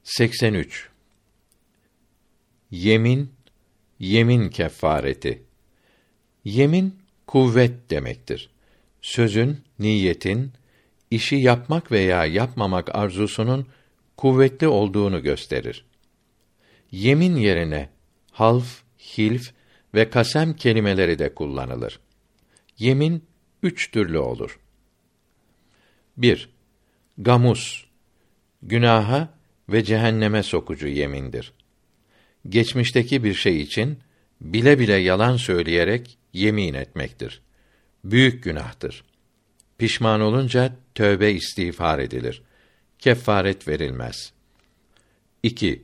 83. Yemin, yemin kefareti. Yemin, kuvvet demektir. Sözün, niyetin, işi yapmak veya yapmamak arzusunun kuvvetli olduğunu gösterir. Yemin yerine half, hilf ve kasem kelimeleri de kullanılır. Yemin üç türlü olur. 1. Gamus, günaha ve cehenneme sokucu yemindir. Geçmişteki bir şey için bile bile yalan söyleyerek yemin etmektir. Büyük günahtır. Pişman olunca tövbe istiğfar edilir. Kefaret verilmez. 2.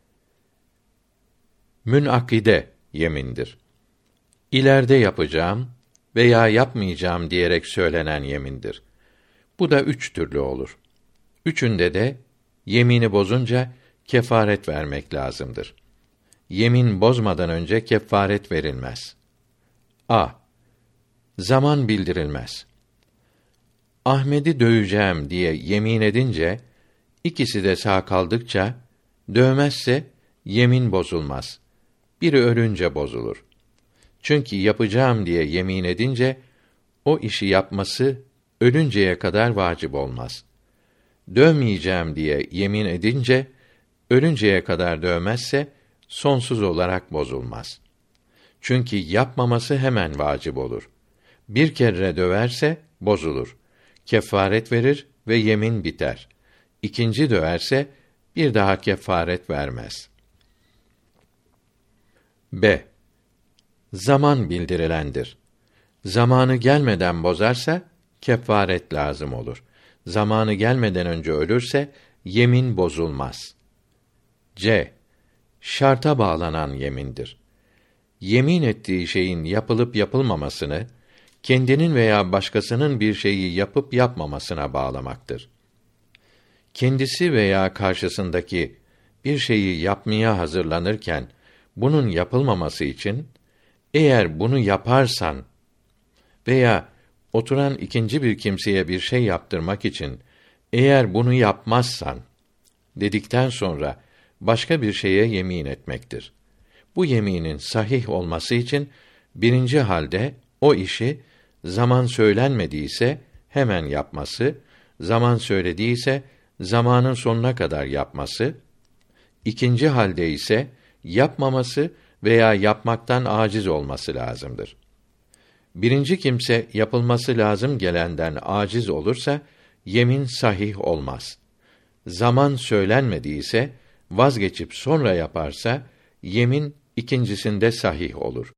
Münakide yemindir. İleride yapacağım veya yapmayacağım diyerek söylenen yemindir. Bu da üç türlü olur. Üçünde de yemini bozunca kefaret vermek lazımdır. Yemin bozmadan önce kefaret verilmez. A. Zaman bildirilmez. Ahmet'i döveceğim diye yemin edince, ikisi de sağ kaldıkça, dövmezse yemin bozulmaz. Biri ölünce bozulur. Çünkü yapacağım diye yemin edince, o işi yapması ölünceye kadar vacip olmaz. Dövmeyeceğim diye yemin edince, ölünceye kadar dövmezse, sonsuz olarak bozulmaz. Çünkü yapmaması hemen vacip olur. Bir kere döverse, bozulur. Kefaret verir ve yemin biter. İkinci döverse, bir daha kefaret vermez. B. Zaman bildirilendir. Zamanı gelmeden bozarsa, kefaret lazım olur. Zamanı gelmeden önce ölürse, yemin bozulmaz. C. Şarta bağlanan yemindir. Yemin ettiği şeyin yapılıp yapılmamasını, kendinin veya başkasının bir şeyi yapıp yapmamasına bağlamaktır. Kendisi veya karşısındaki bir şeyi yapmaya hazırlanırken, bunun yapılmaması için, eğer bunu yaparsan veya oturan ikinci bir kimseye bir şey yaptırmak için, eğer bunu yapmazsan dedikten sonra, başka bir şeye yemin etmektir. Bu yeminin sahih olması için, birinci halde o işi, zaman söylenmediyse hemen yapması, zaman söylediyse zamanın sonuna kadar yapması, ikinci halde ise yapmaması veya yapmaktan âciz olması lazımdır. Birinci kimse yapılması lazım gelenden âciz olursa, yemin sahih olmaz. Zaman söylenmediyse, vazgeçip sonra yaparsa, yemin ikincisinde sahih olur.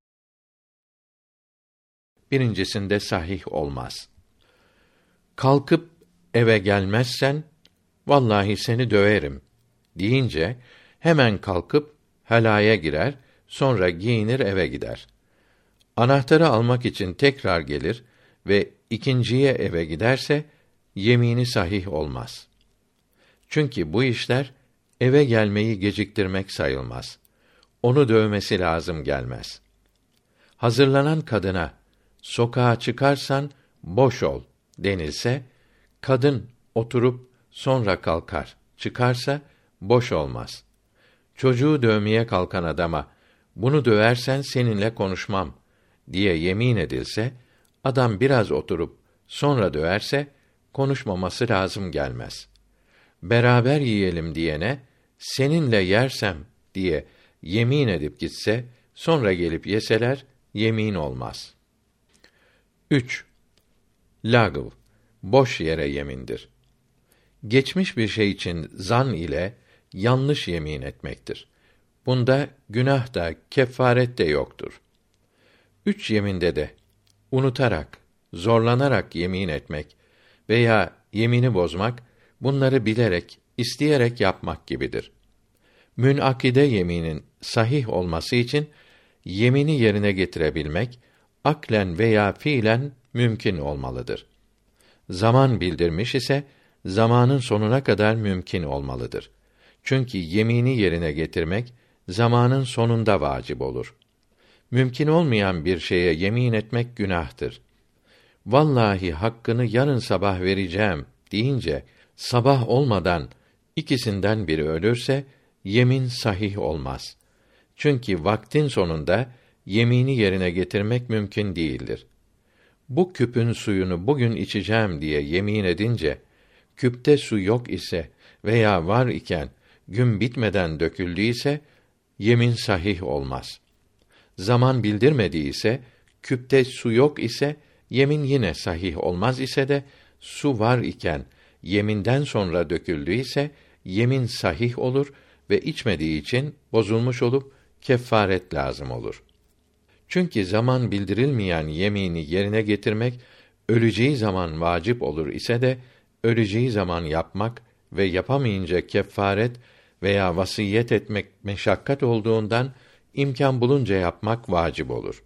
Birincisinde sahih olmaz. Kalkıp eve gelmezsen, vallahi seni döverim deyince, hemen kalkıp helaya girer, sonra giyinir eve gider. Anahtarı almak için tekrar gelir ve ikinciye eve giderse, yemini sahih olmaz. Çünkü bu işler, eve gelmeyi geciktirmek sayılmaz. Onu dövmesi lazım gelmez. Hazırlanan kadına, sokağa çıkarsan, boş ol denilse, kadın oturup sonra kalkar, çıkarsa, boş olmaz. Çocuğu dövmeye kalkan adama, bunu döversen seninle konuşmam diye yemin edilse, adam biraz oturup sonra döverse, konuşmaması lazım gelmez. Beraber yiyelim diyene, seninle yersem diye yemin edip gitse, sonra gelip yeseler, yemin olmaz. 3. Lagv, boş yere yemindir. Geçmiş bir şey için zan ile yanlış yemin etmektir. Bunda günah da, kefaret de yoktur. 3 yeminde de unutarak, zorlanarak yemin etmek veya yemini bozmak, bunları bilerek, isteyerek yapmak gibidir. Münakide yeminin sahih olması için, yemini yerine getirebilmek, aklen veya fiilen mümkün olmalıdır. Zaman bildirmiş ise, zamanın sonuna kadar mümkün olmalıdır. Çünkü yemini yerine getirmek, zamanın sonunda vacip olur. Mümkün olmayan bir şeye yemin etmek günahtır. Vallahi hakkını yarın sabah vereceğim deyince, sabah olmadan İkisinden biri ölürse yemin sahih olmaz. Çünkü vaktin sonunda yemini yerine getirmek mümkün değildir. Bu küpün suyunu bugün içeceğim diye yemin edince, küpte su yok ise veya var iken gün bitmeden döküldüyse yemin sahih olmaz. Zaman bildirmediyse, küpte su yok ise yemin yine sahih olmaz ise de su var iken yeminden sonra döküldüyse yemin sahih olur ve içmediği için bozulmuş olup kefaret lazım olur. Çünkü zaman bildirilmeyen yemini yerine getirmek öleceği zaman vacip olur ise de öleceği zaman yapmak ve yapamayınca kefaret veya vasiyet etmek meşakkat olduğundan imkan bulunca yapmak vacip olur.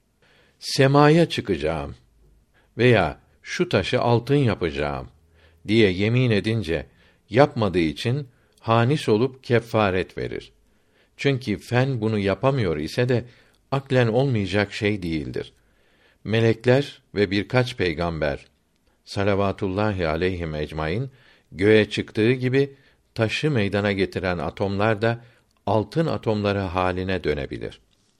Semaya çıkacağım veya şu taşı altın yapacağım diye yemin edince yapmadığı için hanis olup kefaret verir. Çünkü fen bunu yapamıyor ise de aklen olmayacak şey değildir. Melekler ve birkaç peygamber salavatullahi aleyhim ecmaîn göğe çıktığı gibi taşı meydana getiren atomlar da altın atomları haline dönebilir.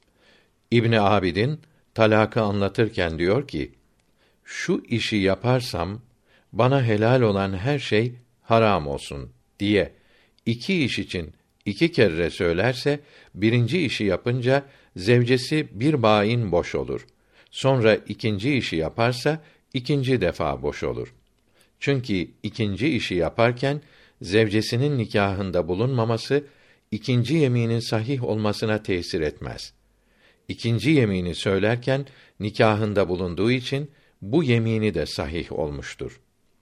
İbn Abidin talakı anlatırken diyor ki: şu işi yaparsam bana helal olan her şey haram olsun diye iki iş için iki kere söylerse, birinci işi yapınca zevcesi bir bain boş olur. Sonra ikinci işi yaparsa ikinci defa boş olur. Çünkü ikinci işi yaparken zevcesinin nikahında bulunmaması ikinci yeminin sahih olmasına tesir etmez. İkinci yemini söylerken nikahında bulunduğu için bu yemini de sahih olmuştur.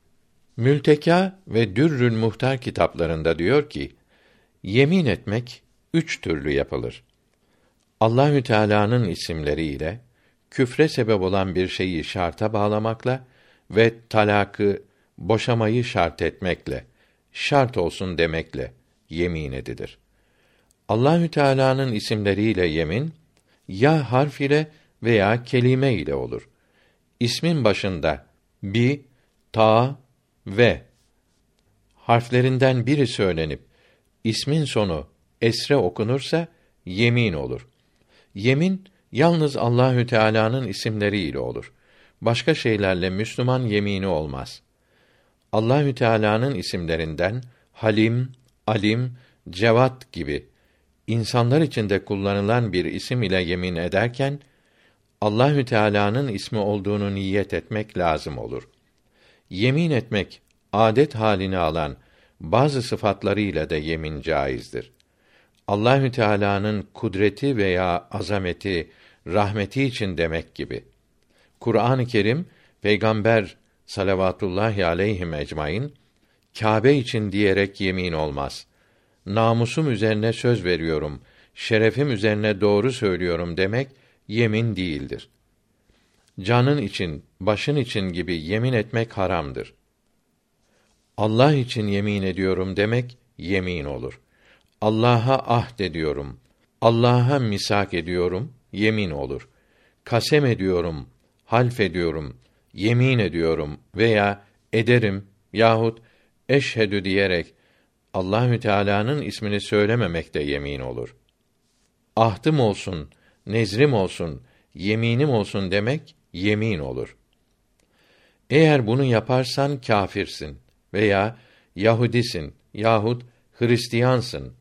Mülteka ve Dürrül Muhtar kitaplarında diyor ki, yemin etmek üç türlü yapılır. Allahü Teala'nın isimleriyle küfre sebep olan bir şeyi şarta bağlamakla ve talakı, boşamayı şart etmekle, şart olsun demekle yemin edilir. Allahü Teala'nın isimleriyle yemin ya harf ile veya kelime ile olur. İsmin başında bi, ta ve harflerinden biri söylenip ismin sonu esre okunursa yemin olur. Yemin yalnız Allahü Teala'nın isimleriyle olur. Başka şeylerle Müslüman yemini olmaz. Allahü Teala'nın isimlerinden Halim, Alim, Cevat gibi insanlar içinde kullanılan bir isim ile yemin ederken Allahü Teala'nın ismi olduğunu niyet etmek lazım olur. Yemin etmek adet halini alan bazı sıfatlarıyla da yemin caizdir. Allahü Teala'nın kudreti veya azameti, rahmeti için demek gibi. Kur'an-ı Kerim, Peygamber salavatullahi aleyhim ecmaîn Kâbe için diyerek yemin olmaz. Namusum üzerine söz veriyorum, şerefim üzerine doğru söylüyorum demek yemin değildir. Canın için, başın için gibi yemin etmek haramdır. Allah için yemin ediyorum demek yemin olur. Allah'a ahd ediyorum, Allah'a misak ediyorum, yemin olur. Kasem ediyorum, half ediyorum, yemin ediyorum veya ederim yahut eşhedü diyerek Allahü Teala'nın ismini söylememek de yemin olur. Ahdım olsun, nezrim olsun, yeminim olsun demek yemin olur. Eğer bunu yaparsan kâfirsin veya Yahudisin yahut Hristiyansın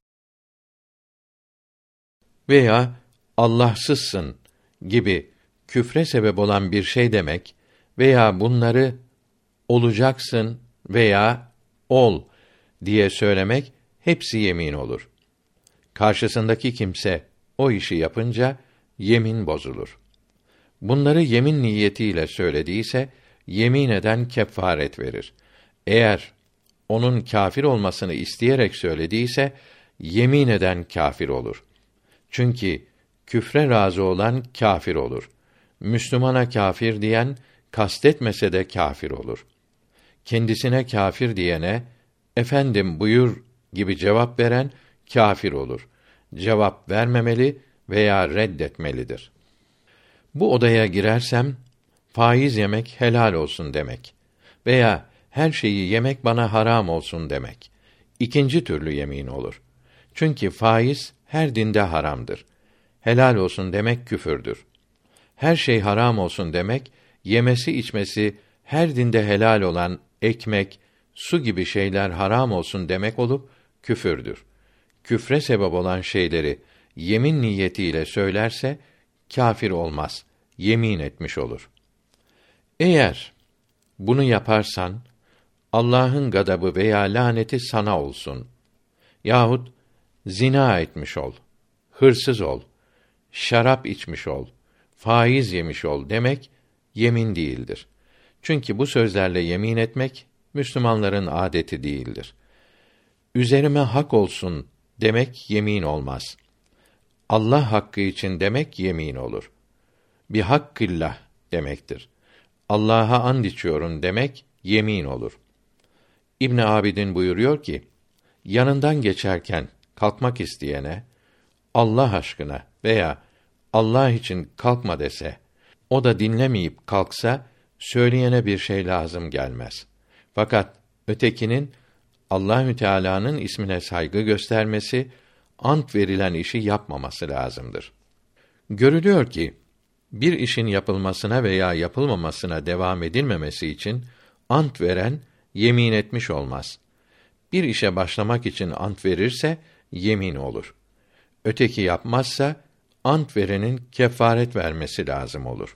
veya Allahsızsın gibi küfre sebep olan bir şey demek veya bunları olacaksın veya ol diye söylemek hepsi yemin olur. Karşısındaki kimse o işi yapınca yemin bozulur. Bunları yemin niyetiyle söylediyse yemin eden kefaret verir. Eğer onun kâfir olmasını isteyerek söylediyse yemin eden kâfir olur. Çünkü küfre razı olan kâfir olur. Müslümana kâfir diyen kastetmese de kâfir olur. Kendisine kâfir diyene efendim buyur gibi cevap veren kâfir olur. Cevap vermemeli veya reddetmelidir. Bu odaya girersem faiz yemek helal olsun demek veya her şeyi yemek bana haram olsun demek. İkinci türlü yemin olur. Çünkü faiz her dinde haramdır. Helal olsun demek küfürdür. Her şey haram olsun demek, yemesi içmesi her dinde helal olan ekmek, su gibi şeyler haram olsun demek olup küfürdür. Küfre sebep olan şeyleri yemin niyetiyle söylerse kâfir olmaz, yemin etmiş olur. Eğer bunu yaparsan Allah'ın gadabı veya laneti sana olsun. Yahut zina etmiş ol, hırsız ol, şarap içmiş ol, faiz yemiş ol demek yemin değildir. Çünkü bu sözlerle yemin etmek Müslümanların adeti değildir. Üzerime hak olsun demek yemin olmaz. Allah hakkı için demek yemin olur. Bir hakkillah demektir. Allah'a and içiyorum demek yemin olur. İbn Abidin buyuruyor ki, yanından geçerken kalkmak isteyene Allah aşkına veya Allah için kalkma dese, o da dinlemeyip kalksa, söyleyene bir şey lazım gelmez. Fakat ötekinin Allahü Teala'nın ismine saygı göstermesi, ant verilen işi yapmaması lazımdır. Görülüyor ki bir işin yapılmasına veya yapılmamasına devam edilmemesi için ant veren yemin etmiş olmaz. Bir işe başlamak için ant verirse yemin olur. Öteki yapmazsa ant verenin kefaret vermesi lazım olur.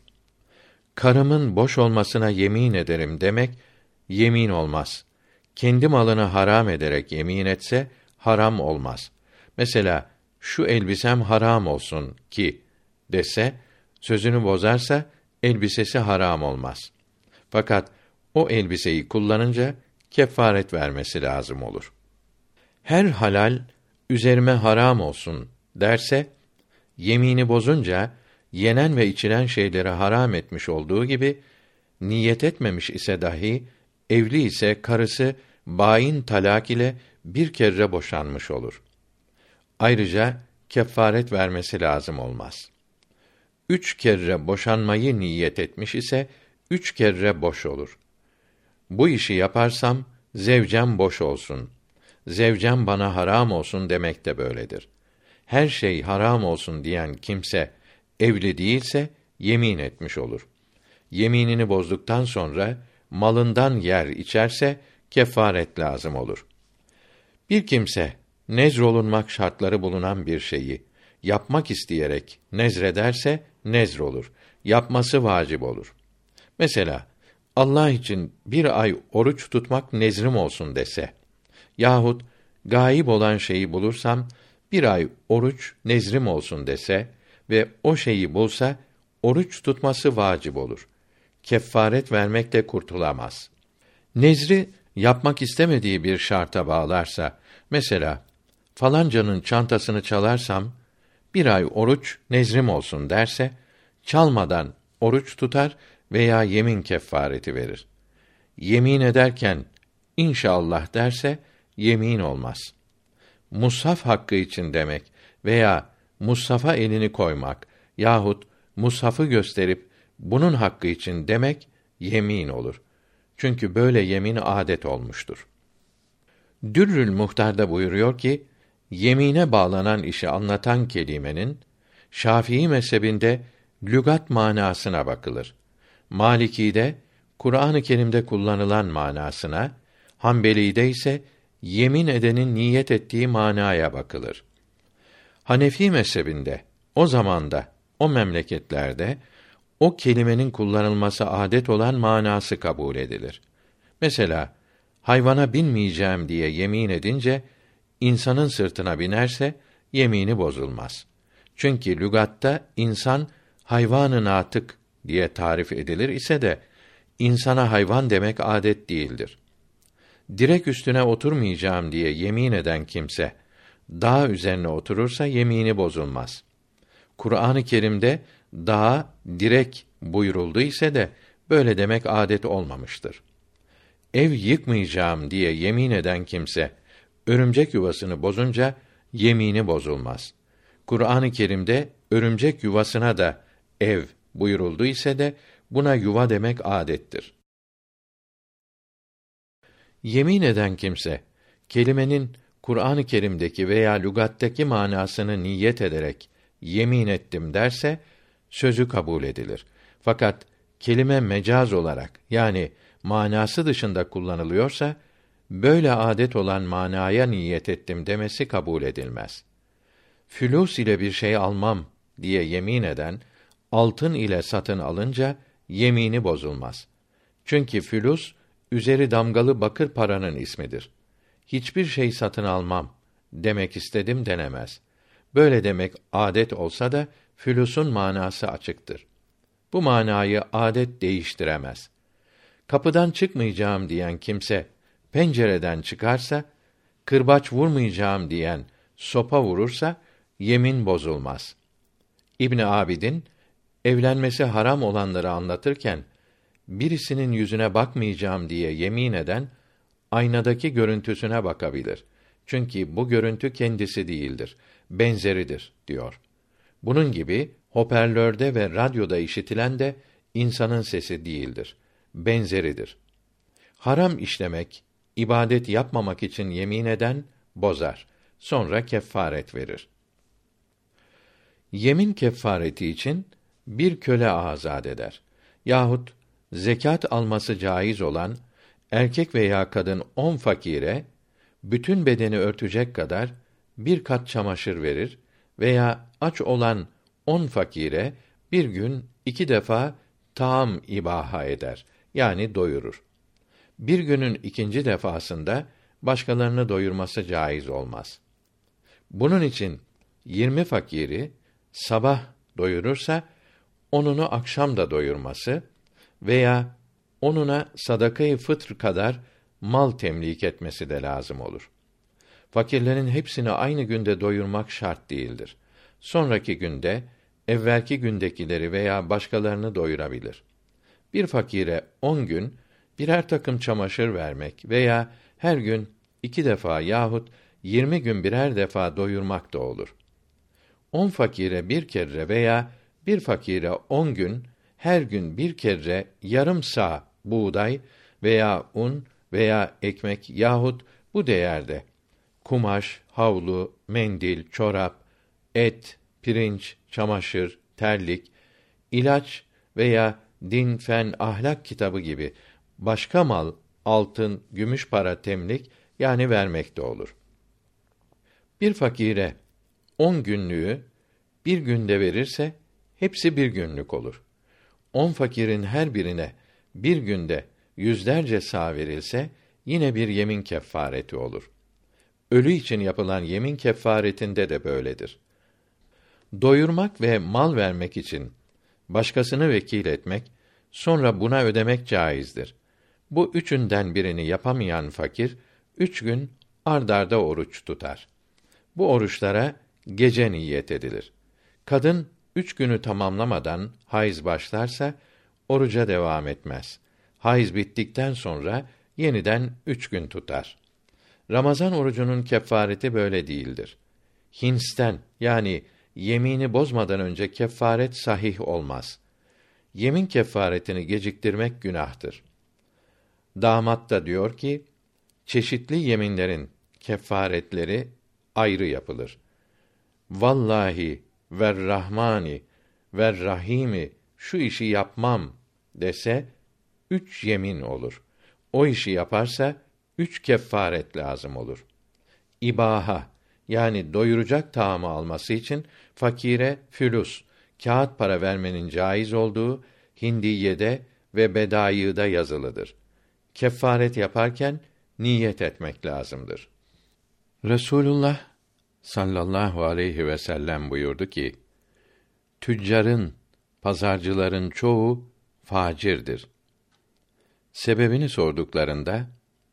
Karımın boş olmasına yemin ederim demek yemin olmaz. Kendi malını haram ederek yemin etse haram olmaz. Mesela şu elbisem haram olsun ki dese, sözünü bozarsa elbisesi haram olmaz. Fakat o elbiseyi kullanınca kefaret vermesi lazım olur. Her halal üzerime haram olsun derse, yemini bozunca yenen ve içilen şeyleri haram etmiş olduğu gibi, niyet etmemiş ise dahi, evli ise karısı bâin talak ile bir kere boşanmış olur. Ayrıca kefaret vermesi lazım olmaz. 3 kere boşanmayı niyet etmiş ise 3 kere boş olur. Bu işi yaparsam zevcem boş olsun. Zevcem bana haram olsun demek de böyledir. Her şey haram olsun diyen kimse evli değilse yemin etmiş olur. Yeminini bozduktan sonra malından yer içerse kefaret lazım olur. Bir kimse nezrolunmak şartları bulunan bir şeyi yapmak isteyerek nezrederse nezr olur. Yapması vacip olur. Mesela Allah için bir ay oruç tutmak nezrim olsun dese yahut gayip olan şeyi bulursam bir ay oruç nezrim olsun dese ve o şeyi bulsa oruç tutması vacip olur. Kefaret vermekle kurtulamaz. Nezri yapmak istemediği bir şarta bağlarsa, mesela falancanın çantasını çalarsam bir ay oruç nezrim olsun derse, çalmadan oruç tutar veya yemin kefareti verir. Yemin ederken inşallah derse yemin olmaz. Mushaf hakkı için demek veya mushafa elini koymak yahut mushafı gösterip bunun hakkı için demek yemin olur. Çünkü böyle yemin adet olmuştur. Dürrül Muhtar'da buyuruyor ki, yemine bağlanan işi anlatan kelimenin Şafii mezhebinde lügat manasına bakılır. Maliki'de Kur'an-ı Kerim'de kullanılan manasına, Hanbeli'de ise yemin edenin niyet ettiği manaya bakılır. Hanefi mezhebinde o zamanda, o memleketlerde o kelimenin kullanılması adet olan manası kabul edilir. Mesela hayvana binmeyeceğim diye yemin edince insanın sırtına binerse yemini bozulmaz. Çünkü lügatta insan hayvan-ı natık diye tarif edilir ise de insana hayvan demek adet değildir. Direk üstüne oturmayacağım diye yemin eden kimse dağ üzerine oturursa yemini bozulmaz. Kur'an-ı Kerim'de dağa direk buyuruldu ise de böyle demek adet olmamıştır. Ev yıkmayacağım diye yemin eden kimse örümcek yuvasını bozunca yemini bozulmaz. Kur'an-ı Kerim'de örümcek yuvasına da ev buyuruldu ise de buna yuva demek adettir. Yemin eden kimse kelimenin Kur'an-ı Kerim'deki veya lügattaki manasını niyet ederek yemin ettim derse sözü kabul edilir. Fakat kelime mecaz olarak yani manası dışında kullanılıyorsa böyle adet olan manaya niyet ettim demesi kabul edilmez. Fülûs ile bir şey almam diye yemin eden altın ile satın alınca yemini bozulmaz. Çünkü fülûs üzeri damgalı bakır paranın ismidir. Hiçbir şey satın almam demek istedim denemez. Böyle demek adet olsa da fülûsün manası açıktır. Bu manayı adet değiştiremez. Kapıdan çıkmayacağım diyen kimse pencereden çıkarsa, kırbaç vurmayacağım diyen sopa vurursa yemin bozulmaz. İbn Abidin evlenmesi haram olanları anlatırken birisinin yüzüne bakmayacağım diye yemin eden aynadaki görüntüsüne bakabilir. Çünkü bu görüntü kendisi değildir, benzeridir diyor. Bunun gibi hoparlörde ve radyoda işitilen de insanın sesi değildir, benzeridir. Haram işlemek, ibadet yapmamak için yemin eden bozar. Sonra kefaret verir. Yemin kefareti için bir köle azad eder. Yahut zekat alması caiz olan erkek veya kadın 10 fakire bütün bedeni örtecek kadar bir kat çamaşır verir veya aç olan 10 fakire bir gün 2 defa taam ibaha eder. Yani doyurur. Bir günün ikinci defasında başkalarını doyurması caiz olmaz. Bunun için 20 fakiri sabah doyurursa onunu akşam da doyurması veya onuna sadakayı fıtr kadar mal temlik etmesi de lazım olur. Fakirlerin hepsini aynı günde doyurmak şart değildir. Sonraki günde evvelki gündekileri veya başkalarını doyurabilir. Bir fakire 10 gün birer takım çamaşır vermek veya her gün 2 defa yahut 20 gün birer defa doyurmak da olur. 10 fakire bir kere veya bir fakire 10 gün, her gün bir kere yarım sağ buğday veya un veya ekmek yahut bu değerde kumaş, havlu, mendil, çorap, et, pirinç, çamaşır, terlik, ilaç veya din, fen, ahlak kitabı gibi başka mal, altın, gümüş para temlik yani vermek de olur. Bir fakire 10 günlüğü bir günde verirse hepsi bir günlük olur. 10 fakirin her birine bir günde yüzlerce sağ verilse yine bir yemin kefareti olur. Ölü için yapılan yemin kefaretinde de böyledir. Doyurmak ve mal vermek için başkasını vekil etmek, sonra buna ödemek caizdir. Bu üçünden birini yapamayan fakir 3 gün ard arda oruç tutar. Bu oruçlara gece niyet edilir. Kadın 3 günü tamamlamadan hayız başlarsa oruca devam etmez. Hayız bittikten sonra yeniden 3 gün tutar. Ramazan orucunun kefareti böyle değildir. Hinsten yani yemini bozmadan önce kefaret sahih olmaz. Yemin kefaretini geciktirmek günahtır. Damat da diyor ki, çeşitli yeminlerin kefaretleri ayrı yapılır. Vallahi ve Rahmani ve Rahimi şu işi yapmam dese 3 yemin olur. O işi yaparsa 3 kefaret lazım olur. İbaha yani doyuracak taamı alması için fakire fülus, kağıt para vermenin caiz olduğu Hindiye'de ve Bedâî'de yazılıdır. Kefaret yaparken niyet etmek lazımdır. Resulullah sallallahu aleyhi ve sellem buyurdu ki: Tüccarın, pazarcıların çoğu facirdir. Sebebini sorduklarında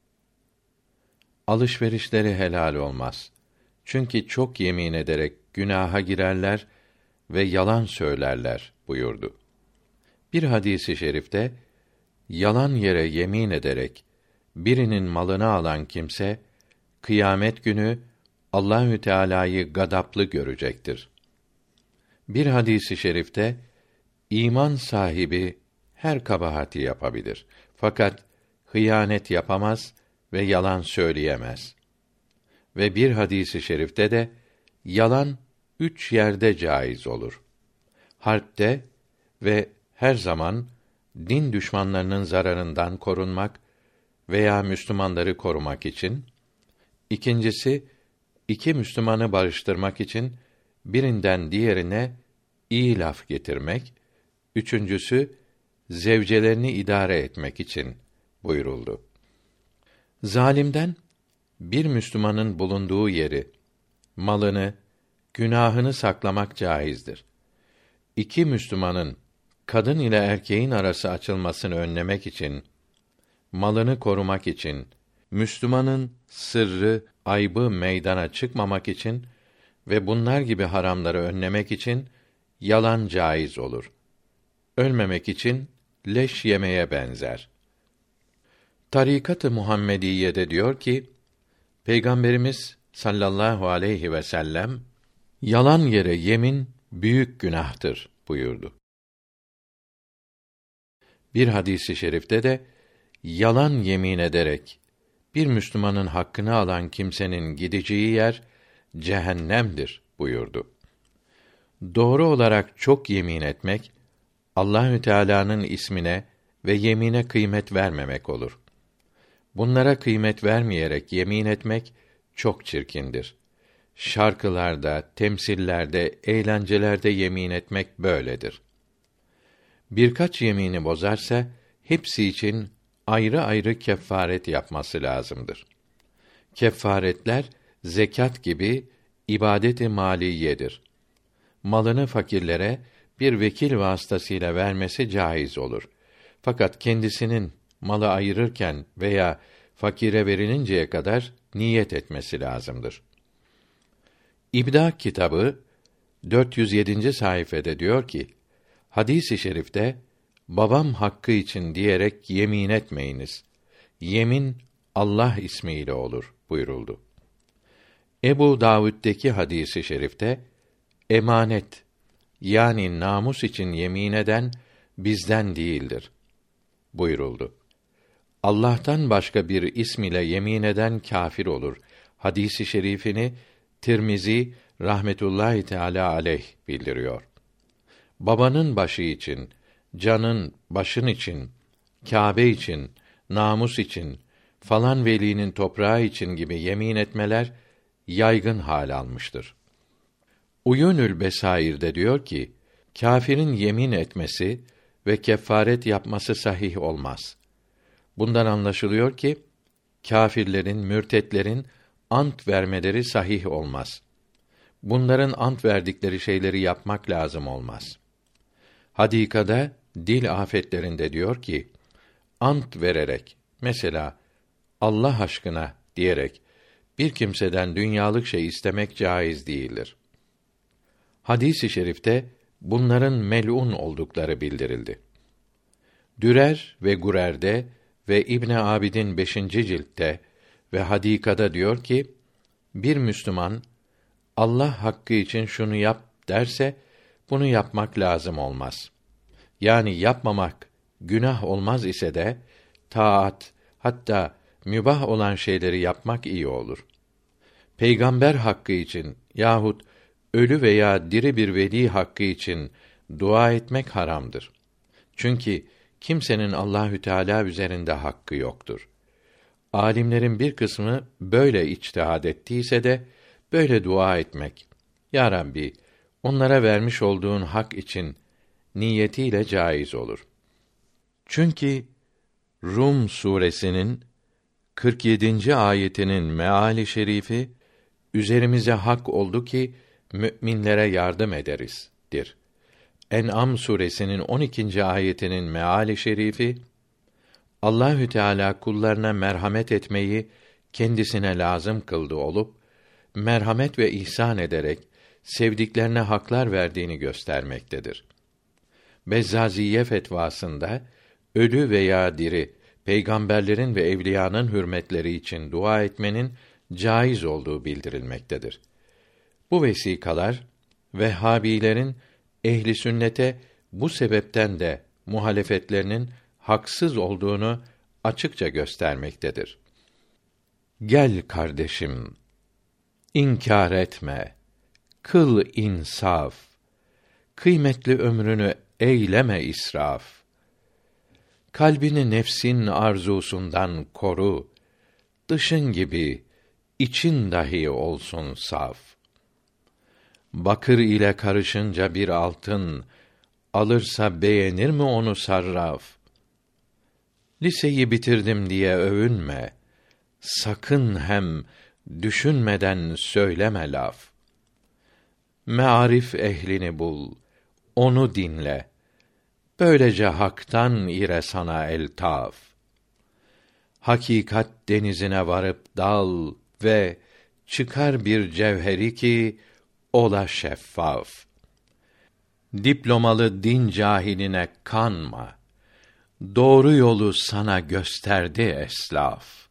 alışverişleri helal olmaz. Çünkü çok yemin ederek günaha girerler ve yalan söylerler buyurdu. Bir hadisi şerifte yalan yere yemin ederek birinin malını alan kimse kıyamet günü Allahü Teala'yı gadaplı görecektir. Bir hadisi şerifte iman sahibi her kabahati yapabilir. Fakat hıyanet yapamaz ve yalan söyleyemez. ve bir hadisi şerifte de yalan 3 yerde caiz olur. Harpte ve her zaman din düşmanlarının zararından korunmak veya Müslümanları korumak için, ikincisi, iki Müslümanı barıştırmak için birinden diğerine iyi laf getirmek, üçüncüsü, zevcelerini idare etmek için buyuruldu. Zalimden bir Müslümanın bulunduğu yeri, malını, günahını saklamak caizdir. İki Müslümanın kadın ile erkeğin arası açılmasını önlemek için, malını korumak için, Müslümanın sırrı, aybı meydana çıkmamak için ve bunlar gibi haramları önlemek için yalan caiz olur. Ölmemek için leş yemeye benzer. Tarikat-ı Muhammediye'de diyor ki, Peygamberimiz sallallahu aleyhi ve sellem yalan yere yemin büyük günahtır buyurdu. Bir hadisi şerifte de yalan yemin ederek bir Müslümanın hakkını alan kimsenin gideceği yer cehennemdir buyurdu. Doğru olarak çok yemin etmek Allahü Teala'nın ismine ve yemine kıymet vermemek olur. Bunlara kıymet vermeyerek yemin etmek çok çirkindir. Şarkılarda, temsillerde, eğlencelerde yemin etmek böyledir. Birkaç yemini bozarsa hepsi için ayrı ayrı kefaret yapması lazımdır. Kefaretler zekat gibi ibadet-i maliyedir. Malını fakirlere bir vekil vasıtasıyla vermesi caiz olur. Fakat kendisinin malı ayırırken veya fakire verilinceye kadar niyet etmesi lazımdır. İbda kitabı 407. sayfede diyor ki, hadis-i şerifte babam hakkı için diyerek yemin etmeyiniz. Yemin Allah ismiyle olur buyuruldu. Ebu Davud'daki hadisi şerifte emanet yani namus için yemin eden bizden değildir buyuruldu. Allah'tan başka bir ism ile yemin eden kâfir olur. Hadisi şerifini Tirmizi rahmetullahi teala aleyh bildiriyor. Babanın başı için, canın, başın için, Kâbe için, namus için, falan velinin toprağı için gibi yemin etmeler yaygın hal almıştır. Uyunül Besair'de diyor ki, kâfirin yemin etmesi ve kefaret yapması sahih olmaz. Bundan anlaşılıyor ki, kâfirlerin, mürtetlerin ant vermeleri sahih olmaz. Bunların ant verdikleri şeyleri yapmak lazım olmaz. Hadikada dil afetlerinde diyor ki, ant vererek, mesela Allah aşkına diyerek bir kimseden dünyalık şey istemek caiz değildir. Hadis-i şerifte bunların mel'un oldukları bildirildi. Dürer ve Gurer'de ve İbn Abidin 5. ciltte ve Hadikada diyor ki, bir Müslüman Allah hakkı için şunu yap derse bunu yapmak lazım olmaz. Yani yapmamak günah olmaz ise de taat, hatta mübah olan şeyleri yapmak iyi olur. Peygamber hakkı için yahut ölü veya diri bir veli hakkı için dua etmek haramdır. Çünkü kimsenin Allahü Teala üzerinde hakkı yoktur. Alimlerin bir kısmı böyle içtihad ettiyse de böyle dua etmek, Ya Rabbi, onlara vermiş olduğun hak için niyetiyle caiz olur. Çünkü Rum suresinin 47. ayetinin meali şerifi üzerimize hak oldu ki müminlere yardım ederiz,'dir. En'am suresinin 12. ayetinin meali şerifi Allahü Teala kullarına merhamet etmeyi kendisine lazım kıldı olup merhamet ve ihsan ederek sevdiklerine haklar verdiğini göstermektedir. Bezzaziye fetvasında ölü veya diri peygamberlerin ve evliyanın hürmetleri için dua etmenin caiz olduğu bildirilmektedir. Bu vesikalar Vehhabilerin ehli sünnete bu sebepten de muhalefetlerinin haksız olduğunu açıkça göstermektedir. Gel kardeşim, İnkar etme, kıl insaf, kıymetli ömrünü eyleme israf. Kalbini nefsin arzusundan koru, dışın gibi için dahi olsun saf. Bakır ile karışınca bir altın, alırsa beğenir mi onu sarraf? Liseyi bitirdim diye övünme, sakın hem düşünmeden söyleme laf. Mearif ehlini bul, onu dinle, böylece haktan ire sana eltaf. Hakikat denizine varıp dal ve çıkar bir cevheri ki ola şeffaf. Diplomalı din cahiline kanma. Doğru yolu sana gösterdi eslaf.